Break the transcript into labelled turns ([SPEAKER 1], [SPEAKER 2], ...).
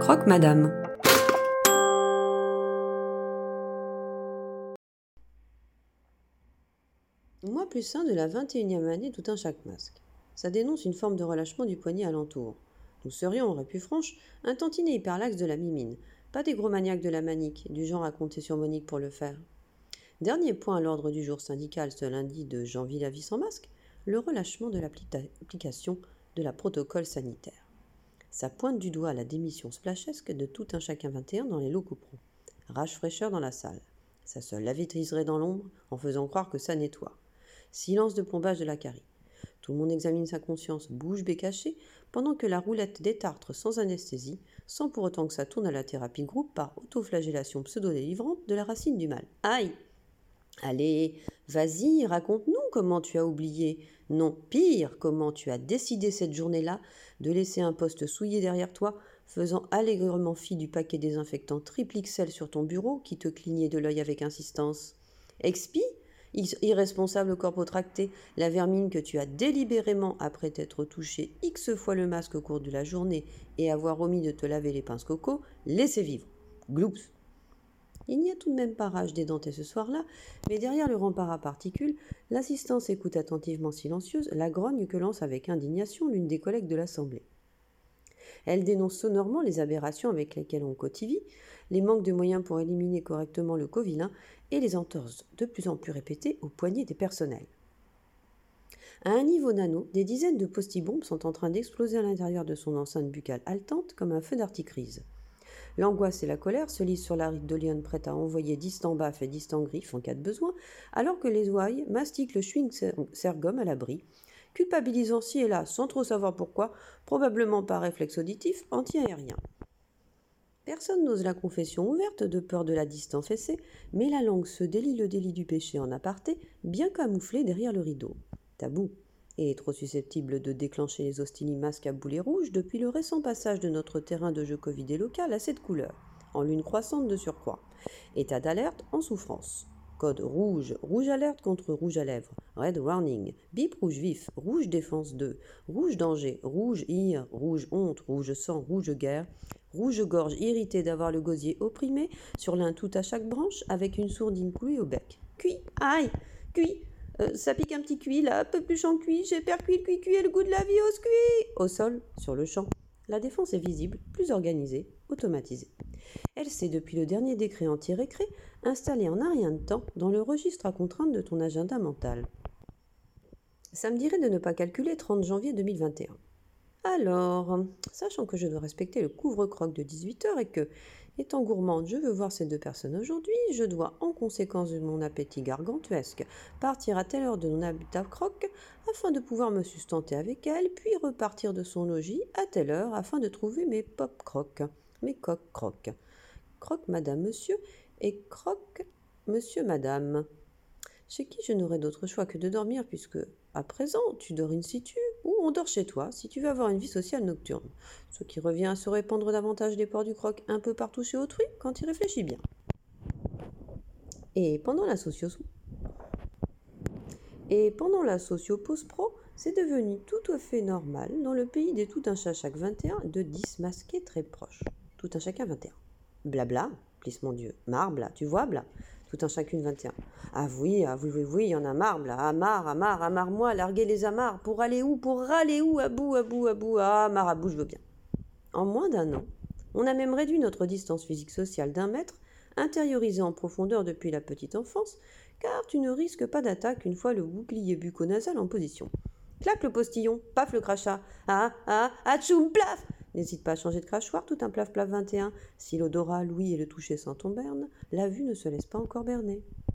[SPEAKER 1] Croque Madame. Mois plus sain de la 21e année tout un chaque masque. Ça dénonce une forme de relâchement du poignet alentour. Nous serions, aurait pu franche, un tantinet hyperlaxe de la mimine, pas des gros maniaques de la manique, du genre à compter sur Monique pour le faire. Dernier point à l'ordre du jour syndical ce lundi de janvier la vie sans masque, le relâchement de l'application de la protocole sanitaire. Ça pointe du doigt la démission splashesque de tout un chacun 21 dans les locaux pro. Rage fraîcheur dans la salle. Ça se lavétriserait dans l'ombre en faisant croire que ça nettoie. Silence de plombage de la carie. Tout le monde examine sa conscience bouche bée cachée pendant que la roulette détartre sans anesthésie, sans pour autant que ça tourne à la thérapie de groupe par autoflagellation pseudo-délivrante de la racine du mal. Aïe! Allez, vas-y, raconte-nous comment tu as oublié. Non, pire, comment tu as décidé cette journée-là de laisser un poste souillé derrière toi, faisant allègrement fi du paquet désinfectant triple XL sur ton bureau qui te clignait de l'œil avec insistance. Expi, irresponsable corpotracté, la vermine que tu as délibérément, après t'être touché X fois le masque au cours de la journée et avoir omis de te laver les pinces coco, laissez vivre. Gloops. Il n'y a tout de même pas rage d'édenté ce soir-là, mais derrière le rempart à particules, l'assistance écoute attentivement silencieuse la grogne que lance avec indignation l'une des collègues de l'Assemblée. Elle dénonce sonorement les aberrations avec lesquelles on cotivie, les manques de moyens pour éliminer correctement le covilain et les entorses de plus en plus répétées aux poignets des personnels. À un niveau nano, des dizaines de postibombes sont en train d'exploser à l'intérieur de son enceinte buccale haletante comme un feu d'articrise. L'angoisse et la colère se lisent sur la ride de Lyon prête à envoyer 10 baffes et 10 griffes en cas de besoin, alors que les ouailles mastiquent le chewing-sergum à l'abri, culpabilisant ci et là, sans trop savoir pourquoi, probablement par réflexe auditif anti-aérien. Personne n'ose la confession ouverte de peur de la distance fessée, mais la langue se délie le délit du péché en aparté, bien camouflé derrière le rideau. Tabou. Et trop susceptible de déclencher les hostiles masques à boulets rouges depuis le récent passage de notre terrain de jeu Covidé local à cette couleur, en lune croissante de surcroît. État d'alerte en souffrance. Code rouge, rouge alerte contre rouge à lèvres, red warning, bip rouge vif, rouge défense 2, rouge danger, rouge ire, rouge honte, rouge sang, rouge guerre, rouge gorge irritée d'avoir le gosier opprimé, sur l'un tout à chaque branche avec une sourdine clouée au bec. Cuit, aïe, cuit. Ça pique un petit cuit, là, peu plus en cuit, j'ai percuit le cuit et le goût de la vie au scuit. Au sol, sur le champ. La défense est visible, plus organisée, automatisée. Elle s'est, depuis le dernier décret anti-récré, installée en un rien de temps dans le registre à contrainte de ton agenda mental. Ça me dirait de ne pas calculer 30 janvier 2021. Alors, sachant que je dois respecter le couvre-croque de 18h et que, étant gourmande, je veux voir ces deux personnes aujourd'hui, je dois, en conséquence de mon appétit gargantuesque, partir à telle heure de mon habitat croque afin de pouvoir me sustenter avec elle, puis repartir de son logis à telle heure afin de trouver mes pop-croques, mes coq-croques. Croque madame monsieur et croque monsieur madame. Chez qui je n'aurai d'autre choix que de dormir puisque, à présent, tu dors in situ ou on dort chez toi si tu veux avoir une vie sociale nocturne, ce qui revient à se répandre davantage des pores du croc un peu partout chez autrui quand il réfléchit bien. Et pendant la sociopause pro, c'est devenu tout à fait normal dans le pays des tout un chat chaque 21 de dismasquer très proche. Tout un chacun 21. Blabla, plissement Dieu, marre, tu vois, bla. Tout un chacune 21. Ah oui, il y en a marre, bla. Amarre-moi, larguez les amarres. Pour aller où, pour râler où, à bout, ah, marabou, je veux bien. En moins d'un an, on a même réduit notre distance physique sociale d'1 mètre, intériorisée en profondeur depuis la petite enfance, car tu ne risques pas d'attaque une fois le bouclier bucco-nasal en position. Claque le postillon, paf le crachat, atchoum, plaf. N'hésite pas à changer de crachoir, tout un plaf 21. Si l'odorat, l'ouïe et le toucher s'en tombent berne, la vue ne se laisse pas encore berner.